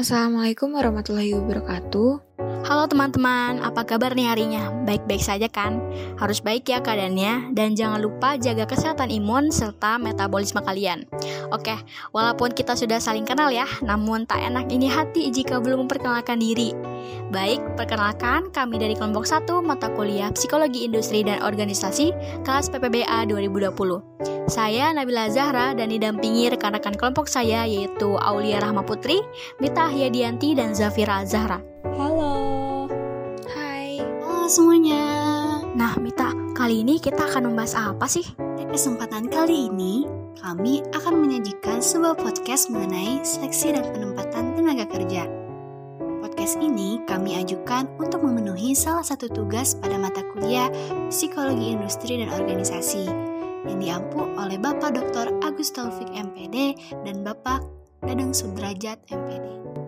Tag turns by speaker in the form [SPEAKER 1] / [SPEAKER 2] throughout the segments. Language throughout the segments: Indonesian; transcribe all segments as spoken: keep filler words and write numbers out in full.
[SPEAKER 1] Assalamualaikum warahmatullahi wabarakatuh.
[SPEAKER 2] Halo teman-teman, apa kabar nih harinya? Baik-baik saja kan? Harus baik ya keadaannya, dan jangan lupa jaga kesehatan imun serta metabolisme kalian. Oke, walaupun kita sudah saling kenal ya, namun tak enak ini hati jika belum memperkenalkan diri. Baik, perkenalkan kami dari kelompok satu mata kuliah Psikologi Industri dan Organisasi kelas P P B A dua ribu dua puluh. Saya Nabila Zahra dan didampingi rekan-rekan kelompok saya yaitu Aulia Rahma Putri, Mita Ahyadianti, dan Zafira Zahra.
[SPEAKER 3] Halo.
[SPEAKER 1] Hai.
[SPEAKER 2] Halo semuanya. Nah Mita, kali ini kita akan membahas apa sih?
[SPEAKER 4] Pada kesempatan kali ini, kami akan menyajikan sebuah podcast mengenai seleksi dan penempatan tenaga kerja. Podcast ini kami ajukan untuk memenuhi salah satu tugas pada mata kuliah Psikologi Industri dan Organisasi yang diampu oleh Bapak Doktor Agus Taufik M P D dan Bapak Dadang Sudrajat M P D.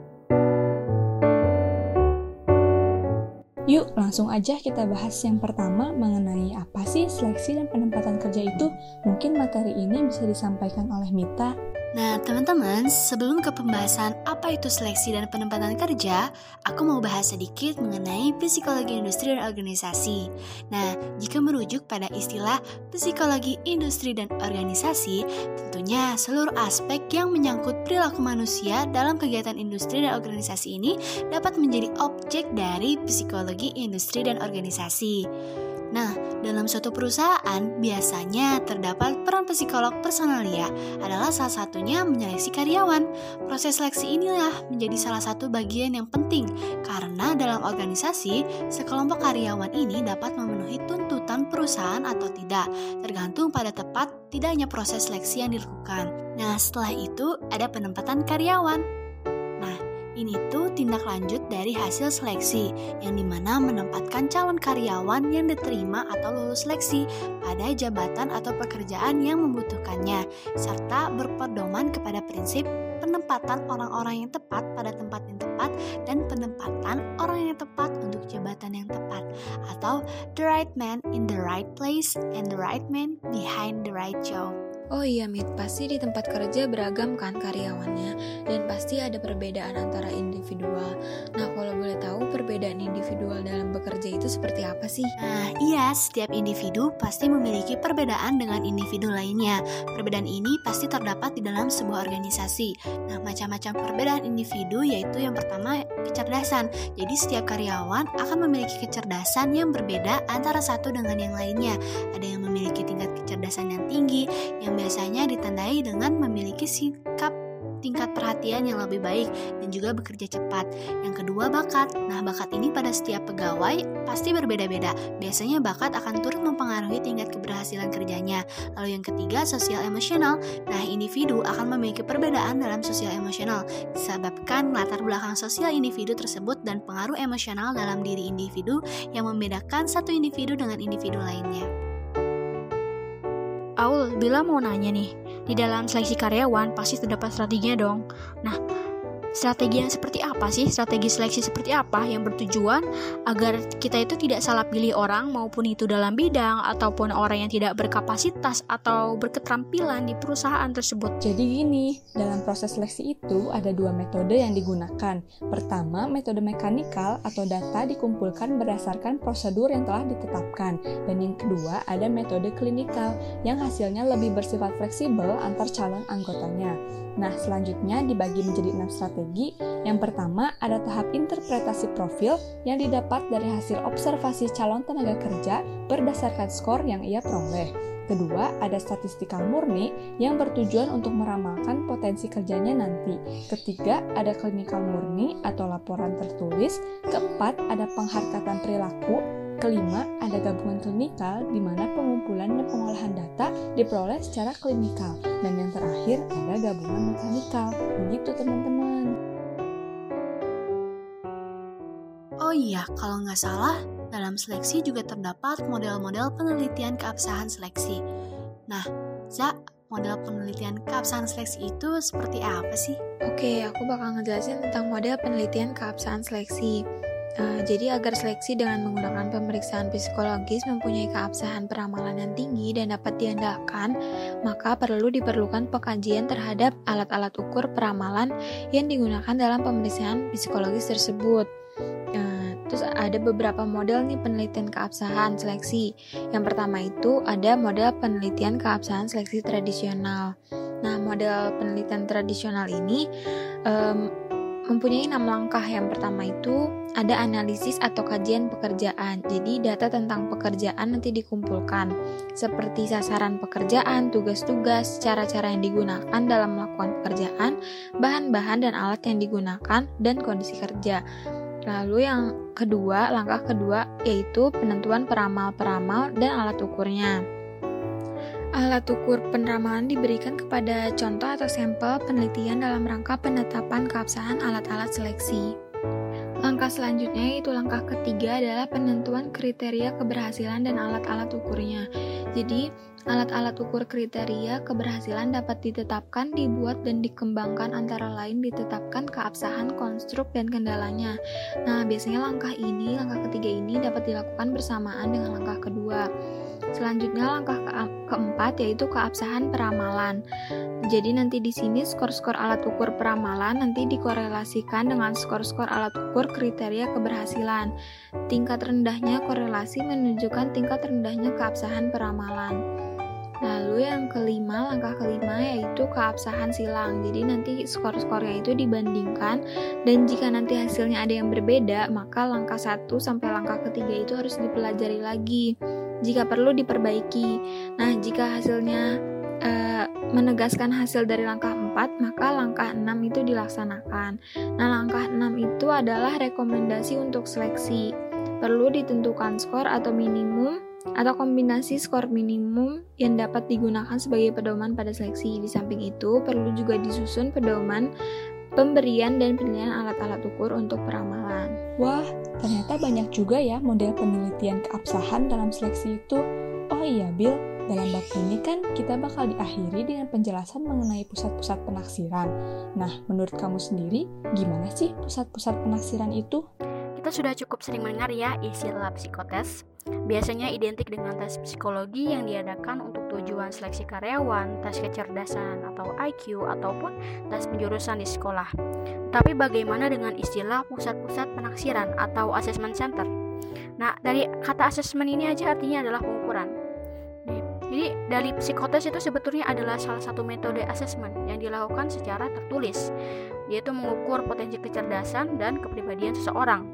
[SPEAKER 3] Yuk langsung aja kita bahas yang pertama mengenai apa sih seleksi dan penempatan kerja itu. Mungkin materi ini bisa disampaikan oleh Mita.
[SPEAKER 4] Nah teman-teman, sebelum ke pembahasan apa itu seleksi dan penempatan kerja, aku mau bahas sedikit mengenai psikologi industri dan organisasi. Nah, jika merujuk pada istilah psikologi industri dan organisasi, tentunya seluruh aspek yang menyangkut perilaku manusia dalam kegiatan industri dan organisasi ini dapat menjadi objek dari psikologi industri dan organisasi. Nah, dalam suatu perusahaan, biasanya terdapat peran psikolog personalia adalah salah satunya menyeleksi karyawan. Proses seleksi inilah menjadi salah satu bagian yang penting karena dalam organisasi, sekelompok karyawan ini dapat memenuhi tuntutan perusahaan atau tidak, tergantung pada tepat tidaknya proses seleksi yang dilakukan. Nah, setelah itu ada penempatan karyawan. Nah, ini tuh tindak lanjut dari hasil seleksi, yang dimana menempatkan calon karyawan yang diterima atau lulus seleksi pada jabatan atau pekerjaan yang membutuhkannya, serta berpedoman kepada prinsip penempatan orang-orang yang tepat pada tempat yang tepat dan penempatan orang yang tepat untuk jabatan yang tepat, atau the right man in the right place and the right man behind the right job.
[SPEAKER 1] Oh iya Mit, pasti di tempat kerja beragam kan karyawannya, dan pasti ada perbedaan antara individual. Nah, kalau boleh tahu perbedaan individual dalam bekerja itu seperti apa sih?
[SPEAKER 4] Nah, iya, setiap individu pasti memiliki perbedaan dengan individu lainnya. Perbedaan ini pasti terdapat di dalam sebuah organisasi. Nah, macam-macam perbedaan individu yaitu yang pertama, kecerdasan. Jadi, setiap karyawan akan memiliki kecerdasan yang berbeda antara satu dengan yang lainnya. Ada yang memiliki tingkat kecerdasan yang tinggi, yang biasanya ditandai dengan memiliki sikap tingkat perhatian yang lebih baik dan juga bekerja cepat. Yang kedua, bakat. Nah, bakat ini pada setiap pegawai pasti berbeda-beda. Biasanya bakat akan turut mempengaruhi tingkat keberhasilan kerjanya. Lalu yang ketiga, sosial emosional. Nah, individu akan memiliki perbedaan dalam sosial emosional disebabkan latar belakang sosial individu tersebut dan pengaruh emosional dalam diri individu yang membedakan satu individu dengan individu lainnya.
[SPEAKER 2] Aul, Bila mau nanya nih, di dalam seleksi karyawan pasti terdapat strateginya dong. Nah, strategi yang seperti apa sih? Strategi seleksi seperti apa yang bertujuan agar kita itu tidak salah pilih orang, maupun itu dalam bidang ataupun orang yang tidak berkapasitas atau berketerampilan di perusahaan tersebut.
[SPEAKER 3] Jadi gini, dalam proses seleksi itu ada dua metode yang digunakan. Pertama, metode mekanikal atau data dikumpulkan berdasarkan prosedur yang telah ditetapkan. Dan yang kedua, ada metode klinikal yang hasilnya lebih bersifat fleksibel antar calon anggotanya. Nah, selanjutnya dibagi menjadi enam strategi. Yang pertama, ada tahap interpretasi profil yang didapat dari hasil observasi calon tenaga kerja berdasarkan skor yang ia peroleh. Kedua, ada statistikal murni yang bertujuan untuk meramalkan potensi kerjanya nanti. Ketiga, ada klinikal murni atau laporan tertulis. Keempat, ada pengharkatan perilaku. Kelima, ada gabungan klinikal di mana pengumpulan dan pengolahan data diperoleh secara klinikal. Dan yang terakhir, ada gabungan mekanikal. Begitu teman-teman.
[SPEAKER 4] Oh iya, kalau nggak salah, dalam seleksi juga terdapat model-model penelitian keabsahan seleksi. Nah, Za, model penelitian keabsahan seleksi itu seperti apa sih?
[SPEAKER 1] Oke, aku bakal ngejelasin tentang model penelitian keabsahan seleksi. Uh, jadi agar seleksi dengan menggunakan pemeriksaan psikologis mempunyai keabsahan peramalan yang tinggi dan dapat diandalkan, maka perlu diperlukan pengkajian terhadap alat-alat ukur peramalan yang digunakan dalam pemeriksaan psikologis tersebut. Uh, terus ada beberapa model nih penelitian keabsahan seleksi. Yang pertama itu ada model penelitian keabsahan seleksi tradisional. Nah, model penelitian tradisional ini um, mempunyai enam langkah. Yang pertama itu ada analisis atau kajian pekerjaan. Jadi data tentang pekerjaan nanti dikumpulkan, seperti sasaran pekerjaan, tugas-tugas, cara-cara yang digunakan dalam melakukan pekerjaan, bahan-bahan dan alat yang digunakan, dan kondisi kerja. Lalu yang kedua, langkah kedua yaitu penentuan peramal-peramal dan alat ukurnya. Alat ukur peneramaan diberikan kepada contoh atau sampel penelitian dalam rangka penetapan keabsahan alat-alat seleksi. Langkah selanjutnya yaitu langkah ketiga adalah penentuan kriteria keberhasilan dan alat-alat ukurnya. Jadi, alat-alat ukur kriteria keberhasilan dapat ditetapkan, dibuat, dan dikembangkan antara lain ditetapkan keabsahan, konstruk, dan kendalanya. Nah, biasanya langkah ini, langkah ketiga ini dapat dilakukan bersamaan dengan langkah kedua. Selanjutnya langkah ke- keempat yaitu keabsahan peramalan. Jadi nanti di sini skor-skor alat ukur peramalan nanti dikorelasikan dengan skor-skor alat ukur kriteria keberhasilan. Tingkat rendahnya korelasi menunjukkan tingkat rendahnya keabsahan peramalan. Lalu yang kelima, langkah kelima yaitu keabsahan silang. Jadi nanti skor-skornya itu dibandingkan, dan jika nanti hasilnya ada yang berbeda, maka langkah satu sampai langkah ketiga itu harus dipelajari lagi. Jika perlu diperbaiki. Nah, jika hasilnya e, menegaskan hasil dari langkah empat, maka langkah enam itu dilaksanakan. Nah, langkah enam itu adalah rekomendasi untuk seleksi. Perlu ditentukan skor atau minimum atau kombinasi skor minimum yang dapat digunakan sebagai pedoman pada seleksi. Di samping itu, perlu juga disusun pedoman pemberian dan penilaian alat-alat ukur untuk peramalan.
[SPEAKER 3] Wah, ternyata banyak juga ya model penelitian keabsahan dalam seleksi itu. Oh iya, Bill, dalam bab ini kan kita bakal diakhiri dengan penjelasan mengenai pusat-pusat penaksiran. Nah, menurut kamu sendiri, gimana sih pusat-pusat penaksiran itu?
[SPEAKER 2] Kita sudah cukup sering mendengar ya istilah psikotes. Biasanya identik dengan tes psikologi yang diadakan untuk tujuan seleksi karyawan, tes kecerdasan atau I Q, ataupun tes penjurusan di sekolah. Tapi bagaimana dengan istilah pusat-pusat penaksiran atau assessment center? Nah, dari kata assessment ini aja artinya adalah pengukuran. Jadi, dari psikotes itu sebetulnya adalah salah satu metode assessment yang dilakukan secara tertulis, yaitu mengukur potensi kecerdasan dan kepribadian seseorang.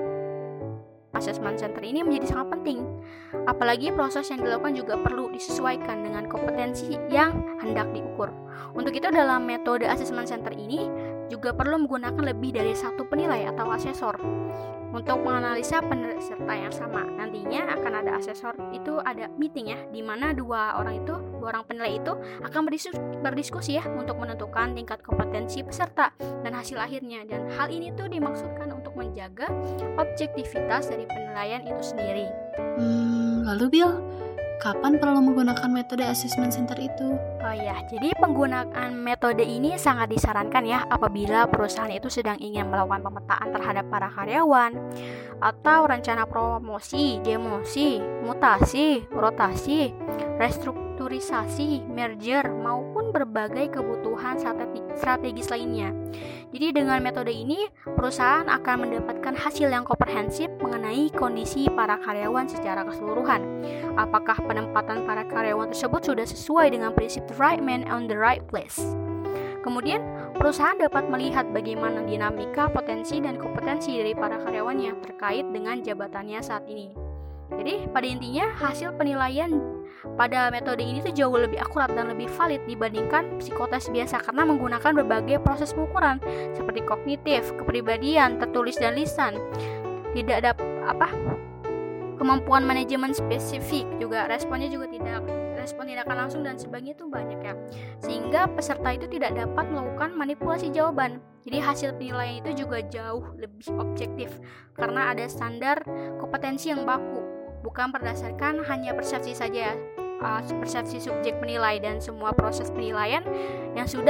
[SPEAKER 2] Assessment center ini menjadi sangat penting, apalagi proses yang dilakukan juga perlu disesuaikan dengan kompetensi yang hendak diukur. Untuk itu dalam metode assessment center ini juga perlu menggunakan lebih dari satu penilai atau asesor untuk menganalisa peserta yang sama. Nantinya akan ada asesor, itu ada meeting ya, di mana dua orang itu, dua orang penilai itu akan berdiskusi, berdiskusi ya untuk menentukan tingkat kompetensi peserta dan hasil akhirnya. Dan hal ini tuh dimaksudkan untuk menjaga objektivitas dari penilaian itu sendiri.
[SPEAKER 4] Hmm, lalu Bill, kapan perlu menggunakan metode assessment center itu?
[SPEAKER 2] Oh ya, jadi penggunaan metode ini sangat disarankan ya apabila perusahaan itu sedang ingin melakukan pemetaan terhadap para karyawan atau rencana promosi, demosi, mutasi, rotasi, restrukturisasi, merger, maupun berbagai kebutuhan strategis lainnya. Jadi dengan metode ini, perusahaan akan mendapatkan hasil yang komprehensif mengenai kondisi para karyawan secara keseluruhan. Apakah penempatan para karyawan tersebut sudah sesuai dengan prinsip the right man on the right place. Kemudian, perusahaan dapat melihat bagaimana dinamika, potensi, dan kompetensi dari para karyawannya terkait dengan jabatannya saat ini. Jadi, pada intinya, hasil penilaian pada metode ini tuh jauh lebih akurat dan lebih valid dibandingkan psikotes biasa karena menggunakan berbagai proses pengukuran seperti kognitif, kepribadian, tertulis dan lisan. Tidak ada apa kemampuan manajemen spesifik, juga responnya juga tidak respon tindakan langsung dan sebagainya itu banyak ya. Sehingga peserta itu tidak dapat melakukan manipulasi jawaban. Jadi hasil penilaian itu juga jauh lebih objektif karena ada standar kompetensi yang baku, bukan berdasarkan hanya persepsi saja, uh, persepsi subjek penilai, dan semua proses penilaian yang sudah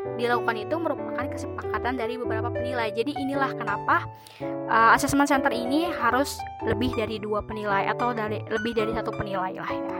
[SPEAKER 2] dilakukan itu merupakan kesepakatan dari beberapa penilai. Jadi inilah kenapa uh, assessment center ini harus lebih dari dua penilai atau dari lebih dari satu penilai lah ya.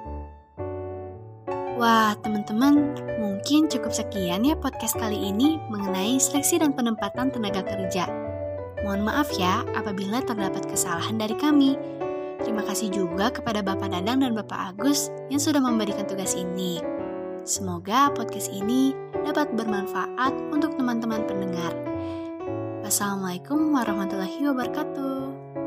[SPEAKER 4] Wah, teman-teman, mungkin cukup sekian ya podcast kali ini mengenai seleksi dan penempatan tenaga kerja. Mohon maaf ya apabila terdapat kesalahan dari kami. Terima kasih juga kepada Bapak Dadang dan Bapak Agus yang sudah memberikan tugas ini. Semoga podcast ini dapat bermanfaat untuk teman-teman pendengar. Wassalamualaikum warahmatullahi wabarakatuh.